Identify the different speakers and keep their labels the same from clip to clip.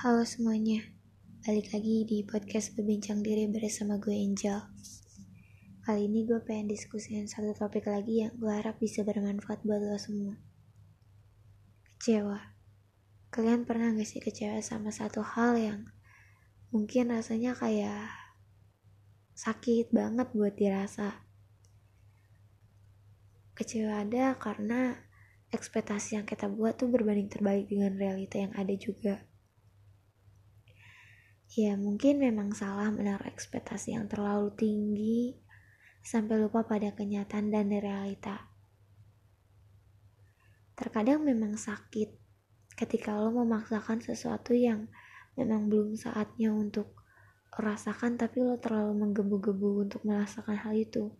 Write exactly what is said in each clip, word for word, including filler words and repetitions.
Speaker 1: Halo semuanya, balik lagi di podcast Berbincang Diri bersama gue Angel. Kali ini gue pengen diskusiin satu topik lagi yang gue harap bisa bermanfaat buat lo semua. Kecewa. Kalian pernah gak sih kecewa sama satu hal yang mungkin rasanya kayak sakit banget buat dirasa? Kecewa ada karena ekspektasi yang kita buat tuh berbanding terbalik dengan realita yang ada juga. Ya mungkin memang salah menaruh ekspektasi yang terlalu tinggi sampai lupa pada kenyataan dan realita. Terkadang memang sakit ketika lo memaksakan sesuatu yang memang belum saatnya untuk rasakan, tapi lo terlalu menggebu-gebu untuk merasakan hal itu.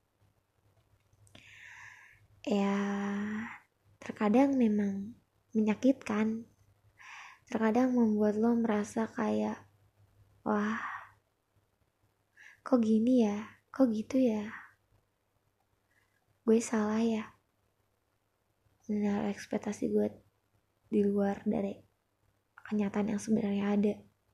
Speaker 1: Ya, terkadang memang menyakitkan. Terkadang membuat lo merasa kayak, wah, kok gini ya? Kok gitu ya? Gue salah ya? Menaruh ekspektasi gue di luar dari kenyataan yang sebenarnya ada.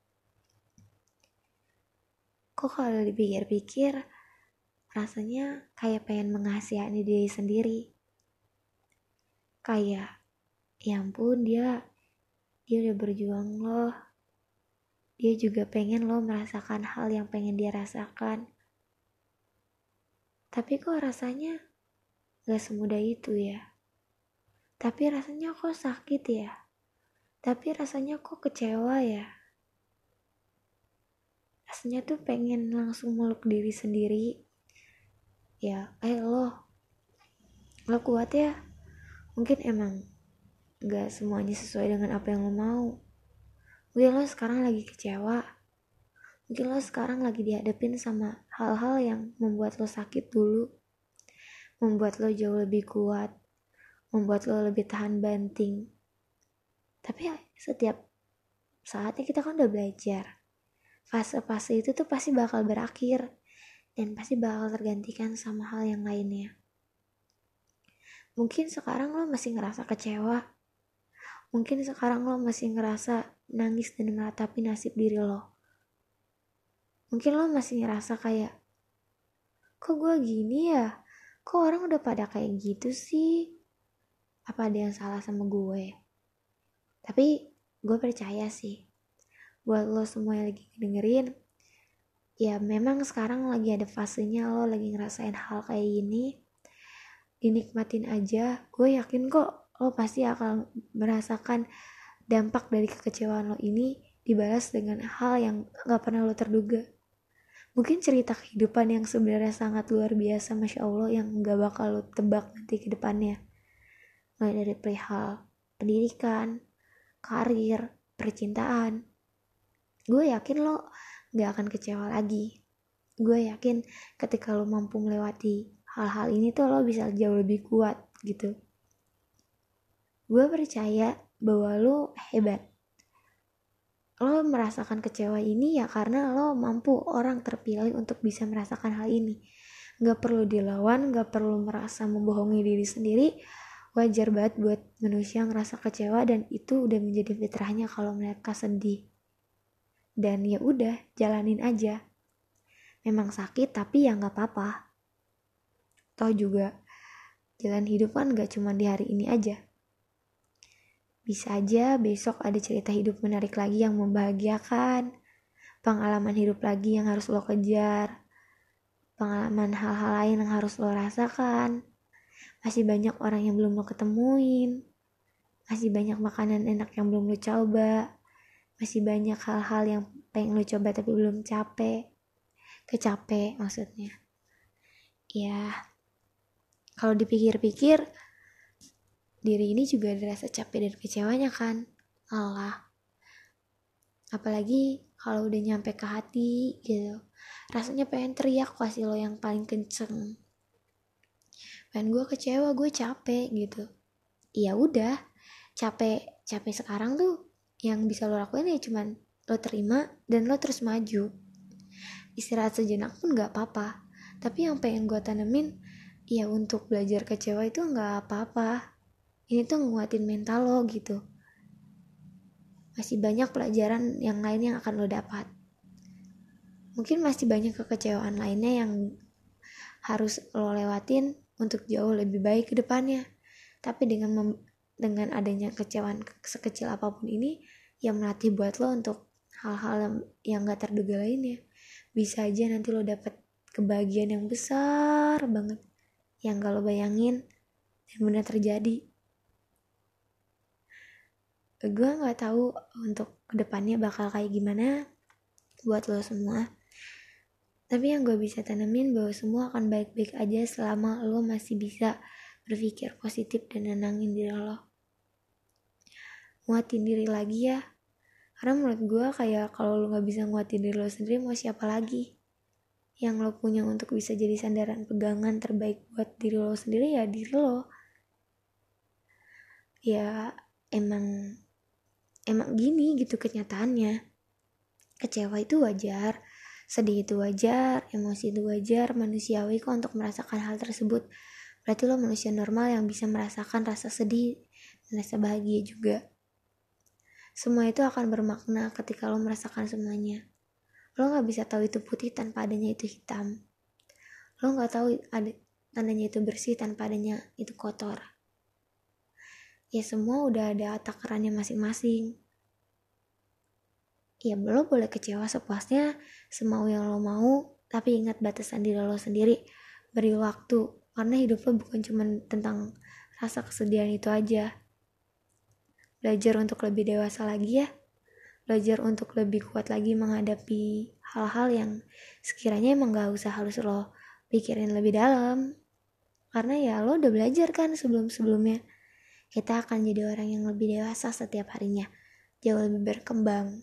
Speaker 1: Kok kalau dipikir-pikir rasanya kayak pengen mengasihani diri sendiri. Kayak, ya ampun dia dia udah berjuang loh. Dia juga pengen lo merasakan hal yang pengen dia rasakan. Tapi kok rasanya gak semudah itu ya. Tapi rasanya kok sakit ya. Tapi rasanya kok kecewa ya. Rasanya tuh pengen langsung meluk diri sendiri. Ya, eh lo, lo kuat ya. Mungkin emang gak semuanya sesuai dengan apa yang lo mau. Mungkin lo sekarang lagi kecewa. Mungkin lo sekarang lagi dihadapin sama hal-hal yang membuat lo sakit dulu. Membuat lo jauh lebih kuat. Membuat lo lebih tahan banting. Tapi setiap saatnya kita kan udah belajar. Fase-fase itu tuh pasti bakal berakhir. Dan pasti bakal tergantikan sama hal yang lainnya. Mungkin sekarang lo masih ngerasa kecewa. Mungkin sekarang lo masih ngerasa nangis dan meratapi nasib diri lo. Mungkin lo masih ngerasa kayak, kok gue gini ya? Kok orang udah pada kayak gitu sih? Apa ada yang salah sama gue? Tapi gue percaya sih, buat lo semua yang lagi dengerin, ya memang sekarang lagi ada fasenya lo lagi ngerasain hal kayak gini. Dinikmatin aja. Gue yakin kok lo pasti akan merasakan dampak dari kekecewaan lo ini dibalas dengan hal yang gak pernah lo terduga. Mungkin cerita kehidupan yang sebenarnya sangat luar biasa, Masya Allah, yang gak bakal lo tebak nanti ke depannya. Mulai dari perihal pendidikan, karir, percintaan. Gue yakin lo gak akan kecewa lagi. Gue yakin ketika lo mampu melewati hal-hal ini tuh lo bisa jauh lebih kuat gitu. Gue percaya bahwa lo hebat. Lo merasakan kecewa ini ya karena lo mampu orang terpilih untuk bisa merasakan hal ini. Gak perlu dilawan, gak perlu merasa membohongi diri sendiri. Wajar banget buat manusia ngerasa kecewa dan itu udah menjadi fitrahnya kalau mereka sedih. Dan ya udah, jalanin aja. Memang sakit tapi ya gak apa-apa. Toh juga jalan hidup kan gak cuma di hari ini aja. Bisa aja besok ada cerita hidup menarik lagi yang membahagiakan. Pengalaman hidup lagi yang harus lo kejar. Pengalaman hal-hal lain yang harus lo rasakan. Masih banyak orang yang belum lo ketemuin. Masih banyak makanan enak yang belum lo coba. Masih banyak hal-hal yang pengen lo coba tapi belum capek. Kecapek maksudnya. Ya, kalau dipikir-pikir, diri ini juga ada rasa capek dan kecewanya kan. Allah. Apalagi kalau udah nyampe ke hati gitu. Rasanya pengen teriak kasih lo yang paling kenceng. Pengen gue kecewa, gue capek gitu. Ya udah, capek capek sekarang tuh yang bisa lo lakuin ya cuman lo terima dan lo terus maju. Istirahat sejenak pun gak apa-apa. Tapi yang pengen gue tanemin, ya untuk belajar kecewa itu gak apa-apa. Ini tuh nguatin mental lo gitu. masih banyak pelajaran yang lain yang akan lo dapat. Mungkin masih banyak kekecewaan lainnya yang harus lo lewatin untuk jauh lebih baik ke depannya. Tapi dengan mem- dengan adanya kecewaan sekecil apapun ini, yang melatih buat lo untuk hal-hal yang gak terduga lainnya. Bisa aja nanti lo dapet kebahagiaan yang besar banget yang gak lo bayangin dan benar terjadi. Gue gak tahu untuk kedepannya bakal kayak gimana buat lo semua. Tapi yang gue bisa tanemin bahwa semua akan baik-baik aja selama lo masih bisa berpikir positif dan nenangin diri lo. Nguatin diri lagi ya. Karena menurut gue kayak kalau lo gak bisa nguatin diri lo sendiri, mau siapa lagi? Yang lo punya untuk bisa jadi sandaran pegangan terbaik buat diri lo sendiri ya diri lo. Ya emang emang gini gitu kenyataannya. Kecewa itu wajar, sedih itu wajar, emosi itu wajar, manusiawi kok untuk merasakan hal tersebut. Berarti lo manusia normal yang bisa merasakan rasa sedih dan rasa bahagia juga. Semua itu akan bermakna ketika lo merasakan semuanya. Lo gak bisa tahu itu putih tanpa adanya itu hitam. Lo gak tahu ada tandanya itu bersih tanpa adanya itu kotor. Ya semua udah ada takarannya masing-masing. Ya lo boleh kecewa sepuasnya, semau yang lo mau, tapi ingat batasan diri lo sendiri. Beri waktu, karena hidup lo bukan cuma tentang rasa kesedihan itu aja. Belajar untuk lebih dewasa lagi ya. Belajar untuk lebih kuat lagi menghadapi hal-hal yang sekiranya emang gak usah harus lo pikirin lebih dalam. Karena ya lo udah belajar kan sebelum-sebelumnya. Kita akan jadi orang yang lebih dewasa setiap harinya. Jauh lebih berkembang.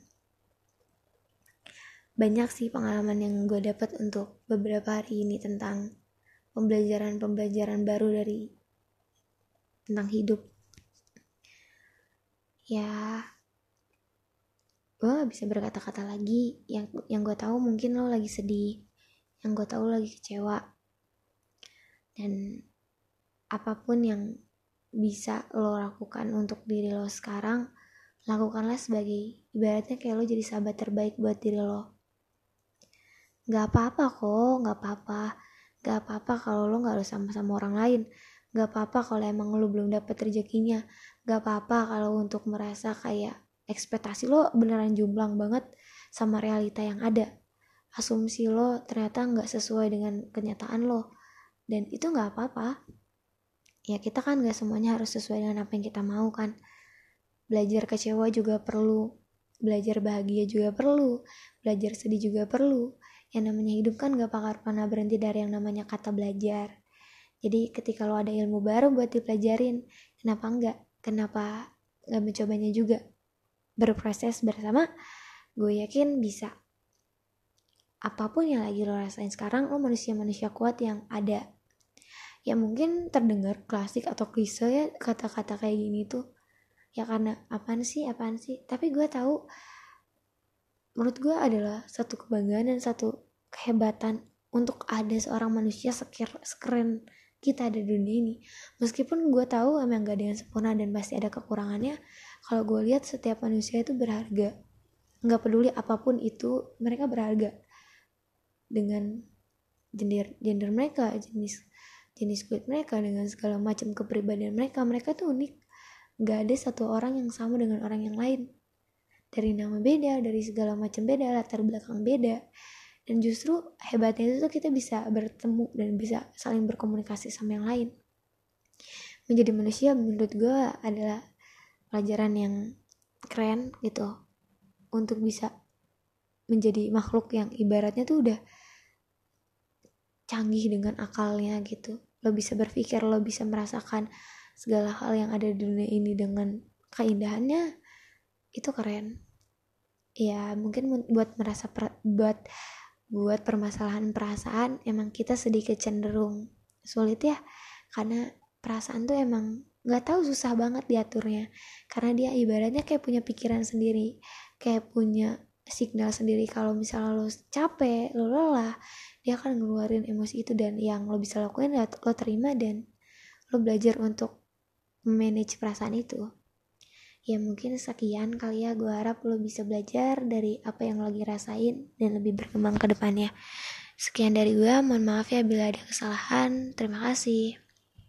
Speaker 1: Banyak sih pengalaman yang gue dapat untuk beberapa hari ini tentang pembelajaran-pembelajaran baru dari tentang hidup. Ya, gue gak bisa berkata-kata lagi. Yang yang gue tahu mungkin lo lagi sedih, yang gue tahu lo lagi kecewa. Dan apapun yang bisa lo lakukan untuk diri lo sekarang, lakukanlah sebagai ibaratnya kayak lo jadi sahabat terbaik buat diri lo. Gak apa-apa kok, gak apa-apa. Gak apa-apa kalau lo gak harus sama-sama orang lain. Gak apa-apa kalau emang lo belum dapet rezekinya. Gak apa-apa kalau untuk merasa kayak ekspektasi lo beneran jomplang banget sama realita yang ada. Asumsi lo ternyata gak sesuai dengan kenyataan lo. Dan itu gak apa-apa. Ya kita kan gak semuanya harus sesuai dengan apa yang kita mau kan. Belajar kecewa juga perlu. Belajar bahagia juga perlu. Belajar sedih juga perlu. Yang namanya hidup kan gak bakal pernah berhenti dari yang namanya kata belajar. Jadi ketika lo ada ilmu baru buat dipelajarin, kenapa enggak? Kenapa gak mencobanya juga? Berproses bersama, gue yakin bisa. Apapun yang lagi lo rasain sekarang, lo manusia-manusia kuat yang ada. Ya mungkin terdengar klasik atau klise ya kata-kata kayak gini tuh. Ya karena apaan sih, apaan sih. Tapi gue tahu menurut gue adalah satu kebanggaan dan satu kehebatan untuk ada seorang manusia sekir- sekeren kita ada di dunia ini. Meskipun gue tahu emang gak ada yang sempurna dan pasti ada kekurangannya, kalau gue lihat setiap manusia itu berharga. Gak peduli apapun itu, mereka berharga. Dengan gender, gender mereka, jenis jenis kulit mereka, dengan segala macam kepribadian mereka, mereka tuh unik. Gak ada satu orang yang sama dengan orang yang lain. Dari nama beda, dari segala macam beda, latar belakang beda. Dan justru hebatnya itu tuh kita bisa bertemu dan bisa saling berkomunikasi sama yang lain. Menjadi manusia menurut gue adalah pelajaran yang keren gitu. Untuk bisa menjadi makhluk yang ibaratnya tuh udah canggih dengan akalnya gitu. Lo bisa berpikir, lo bisa merasakan segala hal yang ada di dunia ini dengan keindahannya. Itu keren. Ya mungkin buat merasa per, buat buat permasalahan perasaan emang kita sedikit cenderung sulit ya, karena perasaan tuh emang nggak tahu susah banget diaturnya, karena dia ibaratnya kayak punya pikiran sendiri, kayak punya signal sendiri. Kalau misalnya lo capek, lo lelah, dia akan ngeluarin emosi itu, dan yang lo bisa lakuin ya lo terima dan lo belajar untuk manage perasaan itu. Ya mungkin sekian kali ya, gue harap lo bisa belajar dari apa yang lo lagi rasain dan lebih berkembang ke depannya. Sekian dari gue, mohon maaf ya bila ada kesalahan. Terima kasih.